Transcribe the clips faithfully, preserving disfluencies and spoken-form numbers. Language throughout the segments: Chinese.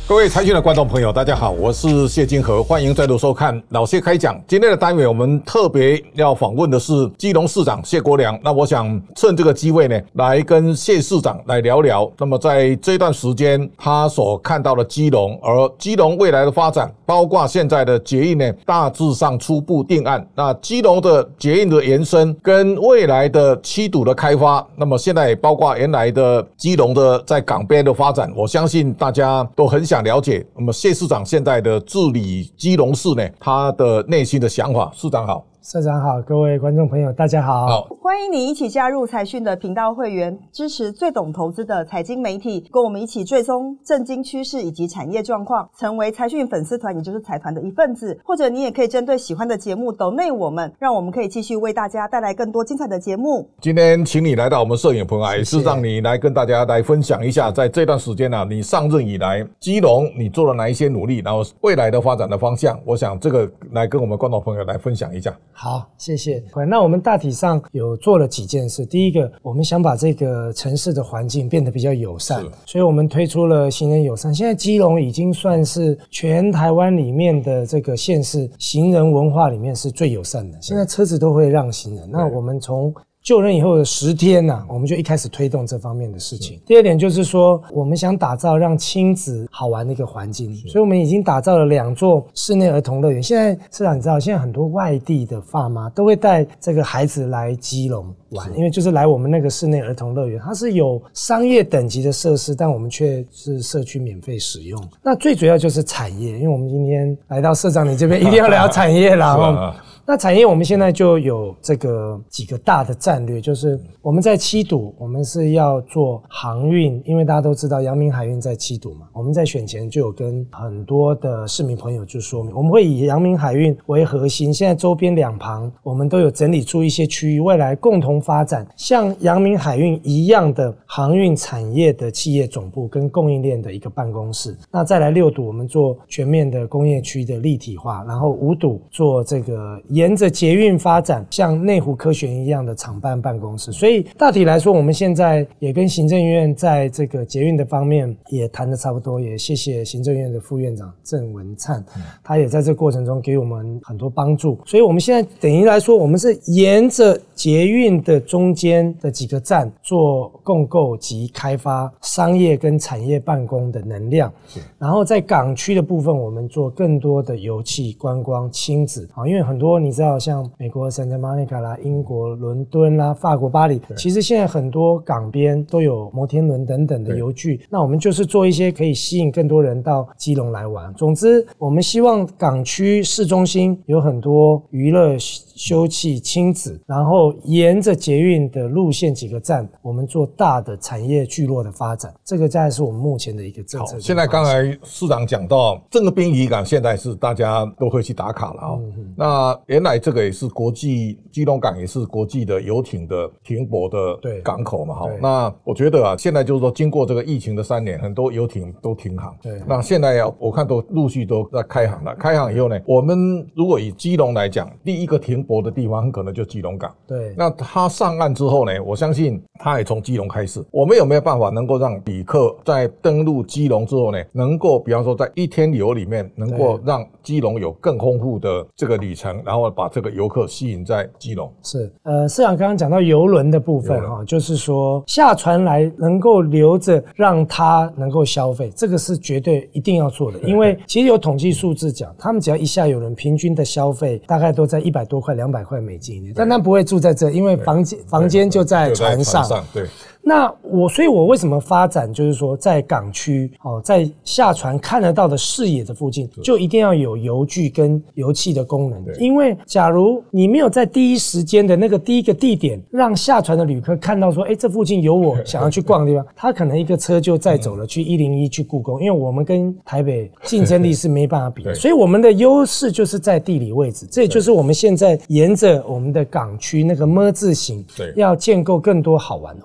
各位财讯的观众朋友，大家好，我是谢金河，欢迎再度收看老谢开讲。今天的单元，我们特别要访问的是基隆市长谢国良。那我想趁这个机会呢，来跟谢市长来聊聊。那么在这段时间，他所看到的基隆，而基隆未来的发展，包括现在的捷运呢，大致上初步定案。那基隆的捷运的延伸，跟未来的七堵的开发，那么现在也包括原来的基隆的在港边的发展，我相信大家都很想了解。那么谢市长现在的治理基隆市呢，他的内心的想法。市长好。 社长好，各位观众朋友大家好。 好， 欢迎你一起加入财讯的频道会员，支持最懂投资的财经媒体，跟我们一起追踪政经趋势以及产业状况，成为财讯粉丝团，也就是财团的一份子。或者你也可以针对喜欢的节目抖内我们，让我们可以继续为大家带来更多精彩的节目。今天请你来到我们摄影棚啊，也是让你来跟大家来分享一下，在这段时间啊，你上任以来，基隆你做了哪一些努力，然后未来的发展的方向，我想这个来跟我们观众朋友来分享一下。 好，谢谢。那我们大体上有做了几件事。第一个，我们想把这个城市的环境变得比较友善，所以我们推出了行人友善。现在基隆已经算是全台湾里面的这个县市行人文化里面是最友善的。现在车子都会让行人。那我们从就任以后的十天呐、啊，我们就一开始推动这方面的事情。第二点就是说，我们想打造让亲子好玩的一个环境，所以我们已经打造了两座室内儿童乐园。现在市长你知道，现在很多外地的爸妈都会带这个孩子来基隆玩，因为就是来我们那个室内儿童乐园，它是有商业等级的设施，但我们却是社区免费使用。那最主要就是产业，因为我们今天来到社长你这边，一定要聊产业啦。那产业我们现在就有这个几个大的战略，就是我们在七堵，我们是要做航运，因为大家都知道阳明海运在七堵嘛，我们在选前就有跟很多的市民朋友就说明，我们会以阳明海运为核心，现在周边两旁我们都有整理出一些区域，未来共同发展像阳明海运一样的航运产业的企业总部跟供应链的一个办公室。那再来六堵，我们做全面的工业区的立体化，然后五堵做这个沿着捷运发展，像内湖科学一样的厂办办公室。所以大体来说，我们现在也跟行政院在这个捷运的方面也谈得差不多，也谢谢行政院的副院长郑文灿，他也在这个过程中给我们很多帮助。所以我们现在等于来说，我们是沿着捷运的中间的几个站做共构及开发商业跟产业办公的能量，然后在港区的部分，我们做更多的油气、观光、亲子，因为很多你知道像美国 Santa Monica 啦、英国伦敦啦、法国巴黎，其实现在很多港边都有摩天轮等等的游具，那我们就是做一些可以吸引更多人到基隆来玩。总之我们希望港区市中心有很多娱乐休憩亲子，然后沿着捷运的路线几个站，我们做大的产业聚落的发展，这个才是我们目前的一个政策。 现在刚才市长讲到这个滨渔港现在是大家都会去打卡了、哦嗯、那原来这个也是国际基隆港也是国际的游艇的停泊的港口嘛，那我觉得啊，现在就是说经过这个疫情的三年，很多游艇都停航，对，那现在要我看都陆续都在开航了。开航以后呢，我们如果以基隆来讲，第一个停泊的地方很可能就基隆港，对，那他上岸之后呢，我相信他也从基隆开始，我们有没有办法能够让旅客在登陆基隆之后呢，能够比方说在一天游里面能够让基隆有更丰富的这个旅程，然后把这个游客吸引在基隆。 是，呃，市长刚刚讲到邮轮的部分哈，就是说下船来能够留着让他能够消费，这个是绝对一定要做的，因为其实有统计数字讲，他们只要一下邮轮，平均的消费大概都在一百多块、两百块美金，但他不会住在这，因为房间房间就在船上。 对。 那我所以我为什么发展就是说在港区、哦、在下船看得到的视野的附近就一定要有油具跟油气的功能，因为假如你没有在第一时间的那个第一个地点让下船的旅客看到说诶这附近有我想要去逛的地方，他可能一个车就载走了去一零一去故宫，因为我们跟台北竞争力是没办法比的，所以我们的优势就是在地理位置，这也就是我们现在沿着我们的港区那个么字形要建构更多好玩的。我觉得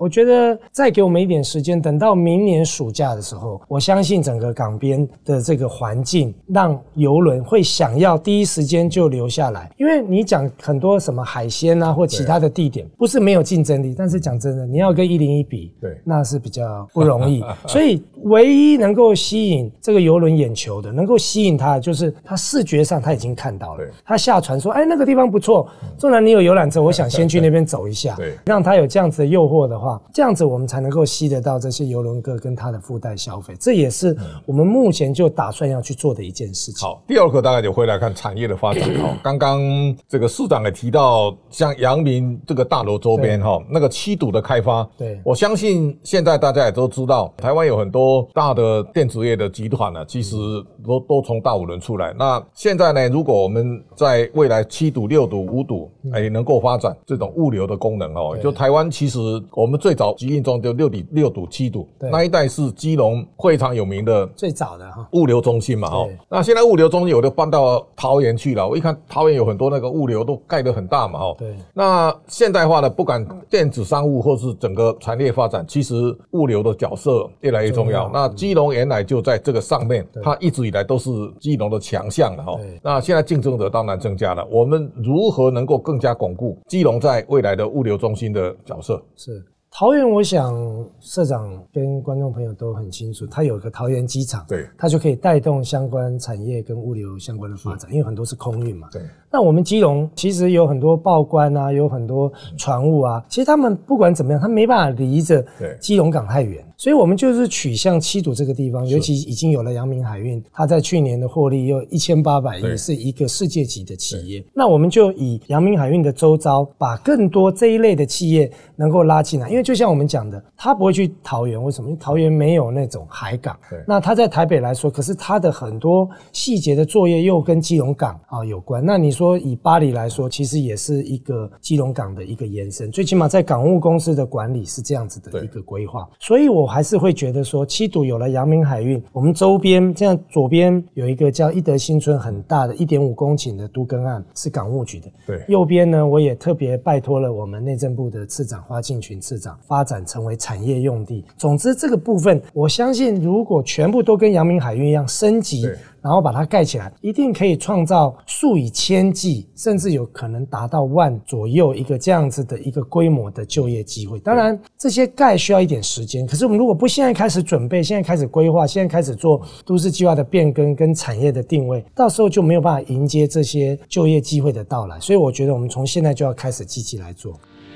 得再给我们一点时间，等到明年暑假的时候，我相信整个港边的这个环境让邮轮会想要第一时间就留下来。因为你讲很多什么海鲜啊或其他的地点，不是没有竞争力，但是讲真的，你要跟一零一比，对，那是比较不容易。所以唯一能够吸引这个邮轮眼球的，能够吸引他的，就是他视觉上他已经看到了，他下船说，哎，那个地方不错，纵然你有游览车，我想先去那边走一下，让他有这样子的诱惑的话，这样子我们才能够吸得到这些邮轮客跟他的附带消费，这也是我们目前就打算要去做的一件事情。 好，第二个大概就回来看产业的发展。刚刚这个市长也提到，像阳明这个大楼周边那个七堵的开发，对，我相信现在大家也都知道，台湾有很多大的电子业的集团呢，其实都都从大五轮出来。那现在呢，如果我们在未来七堵、六堵、五堵，哎，能够发展这种物流的功能哦，就台湾其实我们最早集运中就六堵、六堵、七堵那一带是基隆非常有名的最早的哈物流中心嘛哦。那现在物流中心有的搬到桃园去了，我一看桃园有很多那个物流都盖得很大嘛哦。对。那现代化的不管电子商务或是整个产业发展，其实物流的角色越来越重要。那基隆原来就在这个上面，它一直以来都是基隆的强项了哈。那现在竞争者当然增加了，我们如何能够更加巩固基隆在未来的物流中心的角色？ 是。桃园，我想社长跟观众朋友都很清楚，它有个桃园机场，对，它就可以带动相关产业跟物流相关的发展，因为很多是空运嘛。对。那我们基隆其实有很多报关啊，有很多船务啊，其实他们不管怎么样，他没办法离着基隆港太远，所以我们就是取向七堵这个地方，尤其已经有了阳明海运，它在去年的获利有一千八百亿，是一个世界级的企业。那我们就以阳明海运的周遭，把更多这一类的企业能够拉进来，因为就像我们讲的，他不会去桃园，为什么？因为桃园没有那种海港。那他在台北来说，可是他的很多细节的作业又跟基隆港啊有关。那你说以巴黎来说，其实也是一个基隆港的一个延伸，最起码在港务公司的管理是这样子的一个规划。所以我还是会觉得说，七堵有了阳明海运，我们周边现在左边有一个叫一德新村很大的 一点五公顷的都更案，是港务局的。对，右边呢，我也特别拜托了我们内政部的次长花敬群次长，发展成为产业用地。总之这个部分，我相信如果全部都跟阳明海运一样升级，然后把它盖起来，一定可以创造数以千计，甚至有可能达到万左右一个这样子的一个规模的就业机会。当然这些盖需要一点时间，可是我们如果不现在开始准备，现在开始规划，现在开始做都市计划的变更跟产业的定位，到时候就没有办法迎接这些就业机会的到来。所以我觉得我们从现在就要开始积极来做。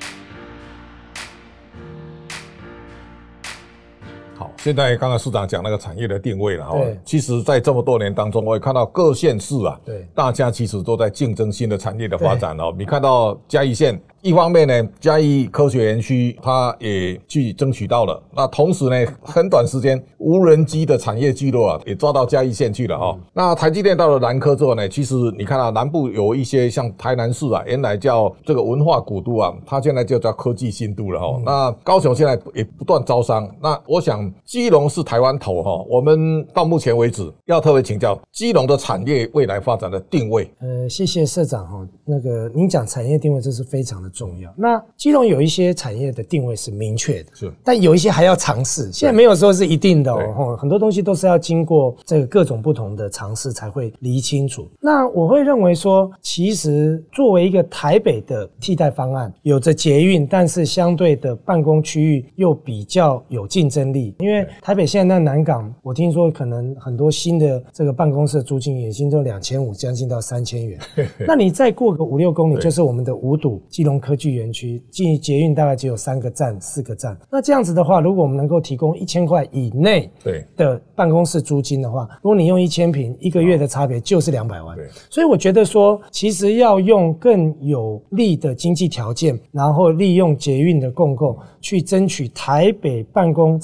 好，现在刚刚市长讲那个产业的定位了哈，其实在这么多年当中，我也看到各县市啊，对，大家其实都在竞争新的产业的发展哦。你看到嘉义县，一方面呢，嘉义科学园区它也去争取到了，那同时呢，很短时间无人机的产业聚落啊，也抓到嘉义县去了哈。那台积电到了南科之后呢，其实你看到南部有一些像台南市啊，原来叫这个文化古都啊，它现在就叫科技新都了哈。那高雄现在也不断招商，那我想基隆是台湾头哈，我们到目前为止要特别请教基隆的产业未来发展的定位。 呃，谢谢社长哈，那个您讲产业定位这是非常的重要。那基隆有一些产业的定位是明确的，是，但有一些还要尝试。现在没有说是一定的哦，很多东西都是要经过这个各种不同的尝试才会理清楚。那我会认为说，其实作为一个台北的替代方案，有着捷运，但是相对的办公区域又比较有竞争力，因为台北现在那南港，我听说可能很多新的这个办公室的租金已经都两千五，将近到三千元。那你再过个五六公里，就是我们的五堵基隆科技园区，进捷运大概只有三个站、四个站。那这样子的话，如果我们能够提供一千块以内的办公室租金的话，如果你用一千坪，一个月的差别就是两百万。所以我觉得说，其实要用更有利的经济条件，然后利用捷运的共构，去争取台北办公产业的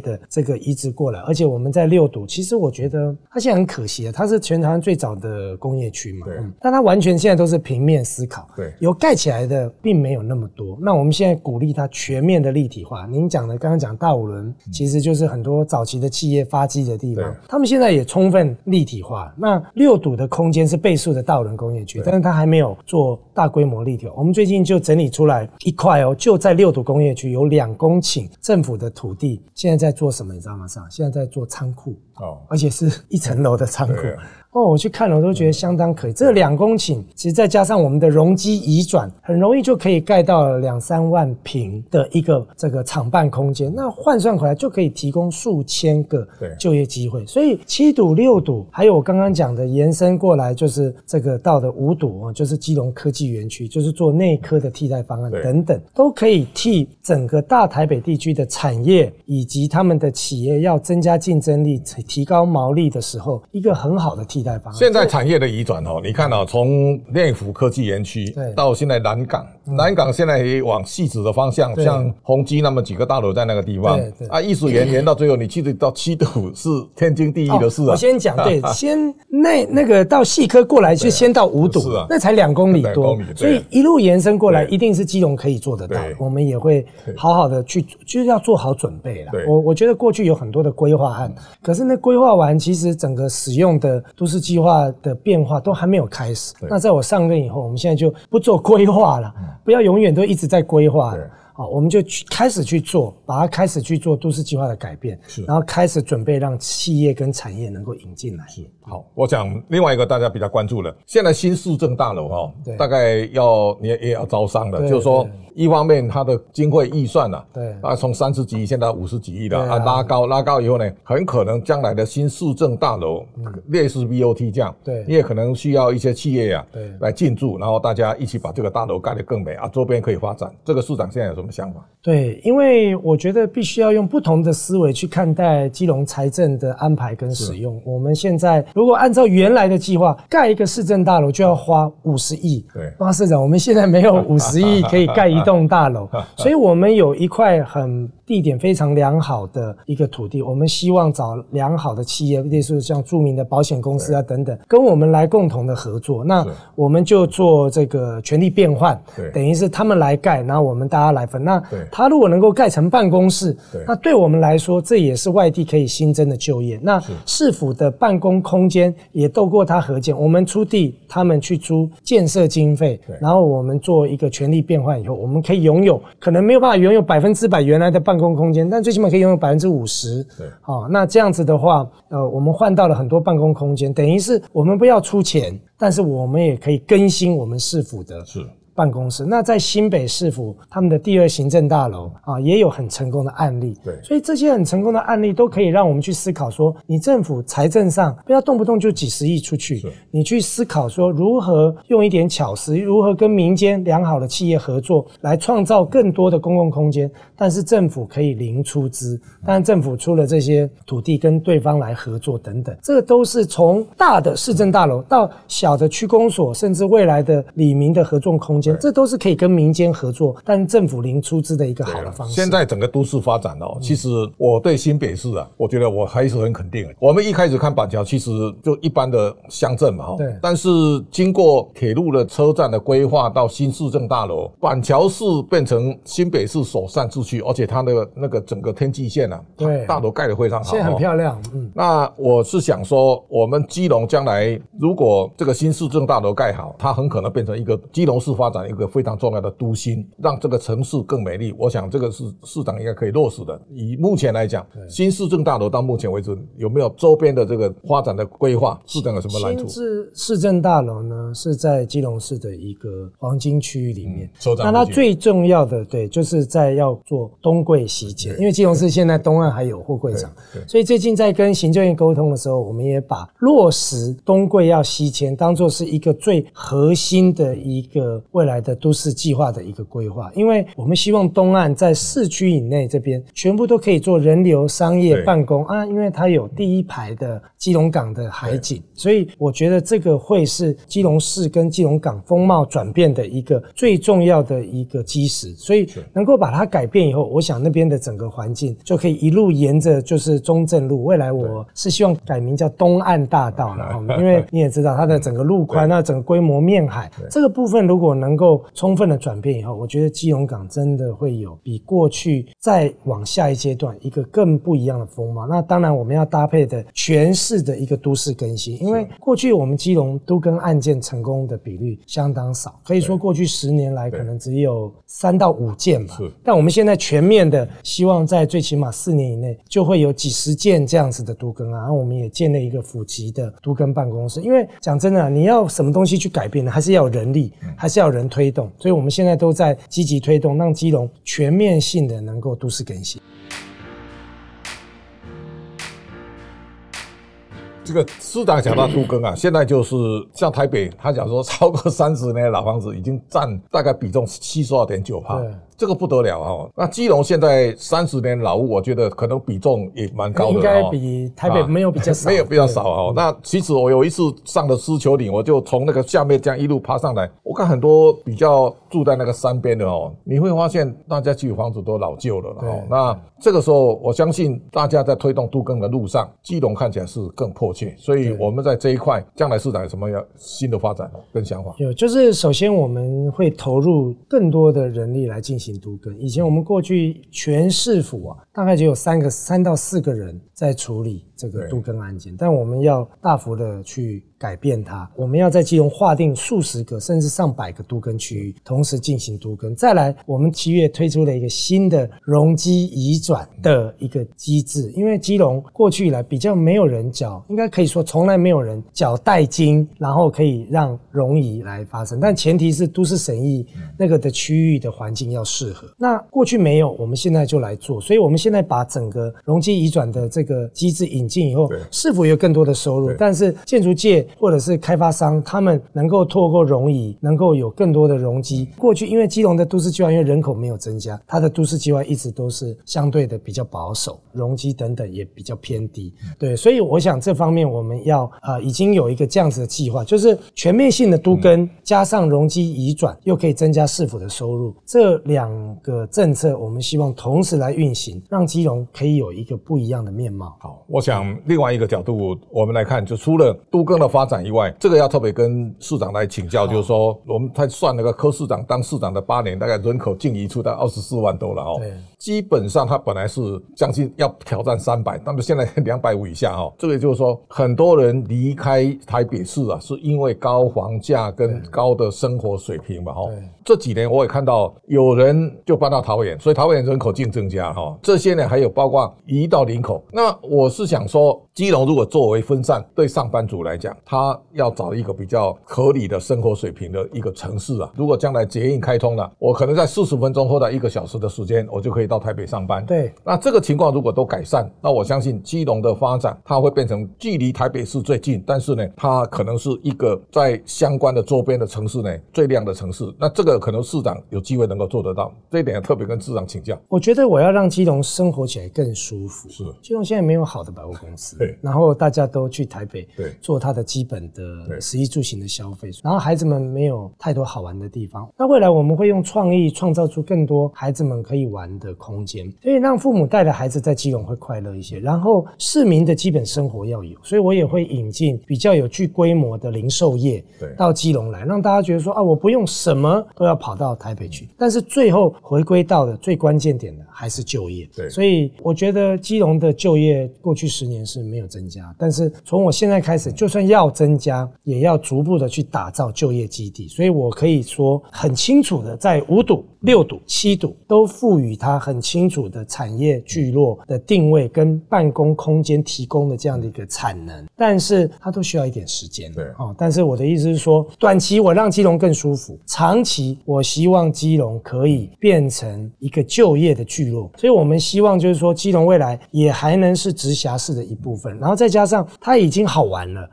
的这个移植过来，而且我们在六堵，其实我觉得它现在很可惜啊，它是全台湾最早的工业区嘛，嗯，但它完全现在都是平面思考， 对， 有盖起来的并没有那么多。那我们现在鼓励它全面的立体化。您讲的刚刚讲大五轮，其实就是很多早期的企业发迹的地方，他们现在也充分立体化。那六堵的空间是倍数的大五轮工业区，但是它还没有做大规模立体化。我们最近就整理出来一块哦，就在六堵工业区有两公顷政府的土地，现在在做什么？你知道吗？上现在在做仓库哦，而且是一层楼的仓库。哦，我去看了，我都觉得相当可以。这两公顷，其实再加上我们的容积移转，很容易就可以盖到两三万坪的一个这个厂办空间。那换算回来，就可以提供数千个就业机会。所以七堵、六堵，还有我刚刚讲的延伸过来，就是这个到的五堵，就是基隆科技园区，就是做内科的替代方案等等，都可以替整个大台北地区的产业以及他们的企业要增加竞争力、提高毛利的时候，一个很好的替代。 现在产业的移转哦，你看哦，从内湖科技园区到现在南港，南港现在也往汐止的方向，像宏基那么几个大楼在那个地方啊，艺术园延到最后，你记得到七堵是天经地义的事啊。 我先讲，对，先那那个到细科过来就先到五堵，那才两公里多，所以一路延伸过来，一定是基隆可以做得到，我们也会好好的去，就是要做好准备啦。我我觉得过去有很多的规划案，可是那规划完，其实整个使用的都市计划的变化都还没有开始。那在我上任以后，我们现在就不做规划了，不要永远都一直在规划了。好，我们就去开始去做，把它开始去做都市计划的改变，然后开始准备让企业跟产业能够引进来。是， 好，我讲另外一个大家比较关注的，现在新市政大楼哈，大概要你也要招商的，就是说一方面它的经费预算啊，对啊，从三十几亿现在五十几亿的啊，拉高拉高以后呢，很可能将来的新市政大楼类似 B O T 这样，对，你也可能需要一些企业啊，对，来进驻，然后大家一起把这个大楼盖得更美啊，周边可以发展。这个市长现在有什么想法？ 对，因为我觉得必须要用不同的思维去看待基隆财政的安排跟使用。我们现在如果按照原来的计划，盖一个市政大楼就要花五十亿。对，巴市长，我们现在没有五十亿可以盖一栋大楼，所以我们有一块很地点非常良好的一个土地，我们希望找良好的企业，例如像著名的保险公司啊等等，跟我们来共同的合作。那我们就做这个权利变换，等于是他们来盖，然后我们大家来分。那他如果能够盖成办公室，那对我们来说，这也是外地可以新增的就业。那市府的办公空间也透过他合建，我们出地，他们去租建设经费，然后我们做一个权利变换以后，我们可以拥有，可能没有办法拥有百分之百原来的办公空间，但最起码可以拥有百分之五十。对，好，那这样子的话，呃，我们换到了很多办公空间，等于是我们不要出钱，但是我们也可以更新我们市府的是办公室。那在新北市府他们的第二行政大楼啊，也有很成功的案例。对，所以这些很成功的案例都可以让我们去思考说，你政府财政上不要动不动就几十亿出去，你去思考说如何用一点巧思，如何跟民间良好的企业合作，来创造更多的公共空间。但是政府可以零出资，当然政府出了这些土地跟对方来合作等等，这个都是从大的市政大楼到小的区公所，甚至未来的里民的合作空间，这都是可以跟民间合作，但政府零出资的一个好的方式。 现在整个都市发展哦，其实我对新北市啊，我觉得我还是很肯定的。我们一开始看板桥，其实就一般的乡镇嘛，对。但是经过铁路的车站的规划到新市政大楼，板桥市变成新北市首善之区，而且它的那个整个天际线啊，对，大楼盖得非常好， 现在很漂亮。嗯。 那我是想说，我们基隆将来如果这个新市政大楼盖好，它很可能变成一个基隆市发展一个非常重要的都心，让这个城市更美丽。我想这个是市长应该可以落实的。以目前来讲，新市政大楼到目前为止有没有周边的这个发展的规划？市长有什么难处？ 新市市政大楼呢是在基隆市的一个黄金区域里面，嗯、那它最重要的对，就是在要做东柜西街，因为基隆市现在东岸还有货柜场，所以最近在跟行政院沟通的时候，我们也把落实东柜要西迁当作是一个最核心的一个未来的都市计划的一个规划，因为我们希望东岸在市区以内这边全部都可以做人流、商业、办公啊，因为它有第一排的基隆港的海景，所以我觉得这个会是基隆市跟基隆港风貌转变的一个最重要的一个基石，所以能够把它改变以后，我想那边的整个环境就可以一路沿着就是中正路，未来我是希望改名叫东岸大道了，因为你也知道它的整个路宽，那整个规模面海，这个部分如果能够充分的转变以后，我觉得基隆港真的会有比过去再往下一阶段一个更不一样的风貌。那当然我们要搭配的全市的一个都市更新，因为过去我们基隆都更案件成功的比率相当少，可以说过去十年来可能只有三到五件吧，但我们现在全面的希望在最起码四年以内就会有几十件这样子的都更啊，然后我们也建了一个府级的都更办公室，因为讲真的、啊、你要什么东西去改变呢，还是要有人力，还是要有人推动，所以我们现在都在积极推动，让基隆全面性的能够都市更新。 这个市长讲到都更啊，现在就是像台北，他讲说超过三十年的老房子已经占大概比重七十二点九趴。这个不得了哦！那基隆现在三十年老屋，我觉得可能比重也蛮高的， 应该比台北没有比较少， 啊、没有比较少哦。那其实我有一次上了狮球岭，我就从那个下面这样一路爬上来，我看很多比较住在那个山边的哦，你会发现大家居房子都老旧了哦。那这个时候，我相信大家在推动都更的路上，基隆看起来是更迫切，所以我们在这一块，将来市长有什么新的发展跟想法？ 有，就是首先我们会投入更多的人力来进行都更。以前我们过去全市府啊，大概只有三个三到四个人在处理这个都更案件，但我们要大幅的去改变它，我们要在基隆划定数十个甚至上百个都更区域，同时进行都更。再来，我们七月推出了一个新的容积移转的一个机制，因为基隆过去以来比较没有人缴，应该可以说从来没有人缴代金，然后可以让容移来发生，但前提是都市审议那个的区域的环境要适合。那过去没有，我们现在就来做，所以我们现在把整个容积移转的这个机制引进以后，是否有更多的收入？但是建筑界或者是开发商，他们能够透过容移，能够有更多的容积。过去因为基隆的都市计划，因为人口没有增加，它的都市计划一直都是相对的比较保守，容积等等也比较偏低。对，所以我想这方面我们要呃已经有一个这样子的计划，就是全面性的都更、嗯、加上容积移转，又可以增加市府的收入，这两个政策我们希望同时来运行，让基隆可以有一个不一样的面貌。 好，我想另外一个角度我们来看，就除了都更的发展以外，这个要特别跟市长来请教，就是说我们在算那个柯市长当市长的八年，大概人口净移出到二十四万多了哦。基本上他本来是将近要挑战三百，但是现在两百五以下哦。这个就是说很多人离开台北市啊，是因为高房价跟高的生活水平嘛哦。这几年我也看到有人就搬到桃园，所以桃园人口净增加哈。这些呢还有包括移到林口。那我是想说，基隆如果作为分散，对上班族来讲，他要找一个比较合理的生活水平的一个城市啊。如果将来捷运开通了，我可能在四十分钟或者一个小时的时间，我就可以到台北上班。 对， 那这个情况如果都改善，那我相信基隆的发展，它会变成距离台北市最近，但是呢，它可能是一个在相关的周边的城市呢最亮的城市。那这个可能市长有机会能够做得到，这一点特别跟市长请教。 我觉得我要让基隆生活起来更舒服。是，基隆现在没有好的百货公司，对，然后大家都去台北做他的基本的食衣住行的消费，然后孩子们没有太多好玩的地方。那未来我们会用创意创造出更多孩子们可以玩的空间，所以让父母带着孩子在基隆会快乐一些。然后市民的基本生活要有，所以我也会引进比较有具规模的零售业到基隆来，让大家觉得说啊，我不用什么都要跑到台北去，但是最后回归到的最关键点的还是就业。对，所以我觉得基隆的就业过去十年是没有增加，但是从我现在开始，就算要增加，也要逐步的去打造就业基地。所以我可以说很清楚的，在五堵、六堵、七堵都赋予它很清楚的产业聚落的定位跟办公空间提供的这样的一个产能，但是它都需要一点时间。对，哦，但是我的意思是说，短期我让基隆更舒服，长期我希望基隆可以变成一个就业的聚落。所以我们希望就是说，基隆未来也还能是直辖市的一部分，然后再加上它已经好玩了，它已经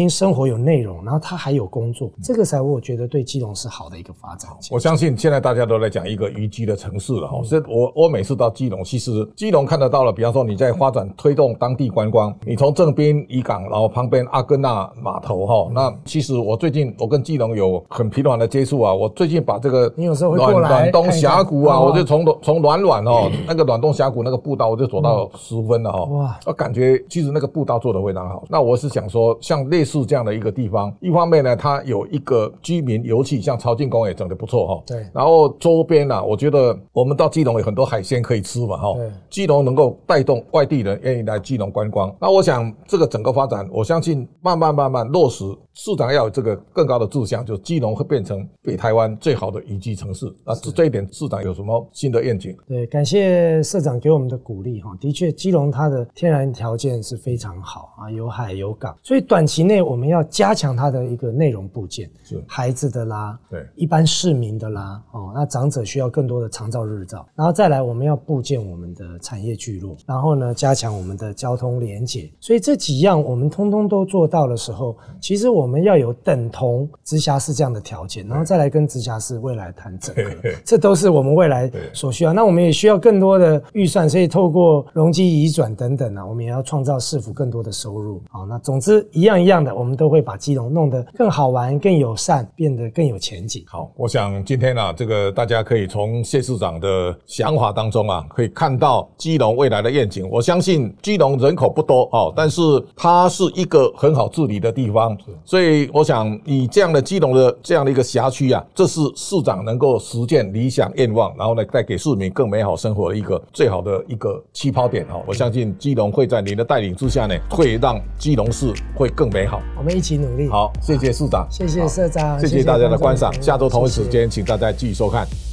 生活有内容，然后他还有工作，这个才我觉得对基隆是好的一个发展。 我相信现在大家都在讲一个宜居的城市了哈，所以我我每次到基隆，其实基隆看得到了，比方说你在发展推动当地观光，你从正滨渔港，然后旁边阿根纳码头哈，那其实我最近我跟基隆有很频繁的接触啊，我最近把这个你有时候会过来暖东峡谷啊， 看看我就从从暖暖哦那个暖东峡谷那个步道，我就走到十分了哈，哇，我感觉其实那个步道做得非常好。那我是想说，像类似这样的一个地方，一方面呢，它有一个居民游憩，像潮境公园整得不错哈， 对， 然后周边啊，我觉得我们到基隆有很多海鲜可以吃嘛哈，基隆能够带动外地人愿意来基隆观光。那我想这个整个发展，我相信慢慢慢慢落实，市长要有这个更高的志向，就基隆会变成北台湾最好的宜居城市。那这一点市长有什么新的愿景？ 对，感谢社长给我们的鼓励哈。的确，基隆它的天然条件是非常好啊，有海有港，所以短期内我们要加强它的一个内容部件，是孩子的啦，对，一般市民的啦，哦，那长者需要更多的长照日照，然后再来我们要布建我们的产业聚落，然后呢加强我们的交通连结，所以这几样我们通通都做到的时候，其实我们要有等同直辖市这样的条件，然后再来跟直辖市未来谈整合，这都是我们未来所需要。那我们也需要更多的预算，所以透过容积移转等等啊，我们也要创造市府更多的收入。好，那总之一样一样的，我们都会把基隆弄得更好玩、更友善，变得更有前景。 好，我想今天啊，这个大家可以从谢市长的想法当中啊，可以看到基隆未来的愿景。我相信基隆人口不多哦，但是它是一个很好治理的地方，所以我想以这样的基隆的这样的一个辖区啊，这是市长能够实践理想愿望，然后呢带给市民更美好生活的一个最好的一个起跑点哦。我相信基隆会在您的带领之下呢，会让基隆市会更美好。 我们一起努力。 好，谢谢市长， 谢谢社长， 谢谢大家的观赏。下周同一时间，请大家继续收看。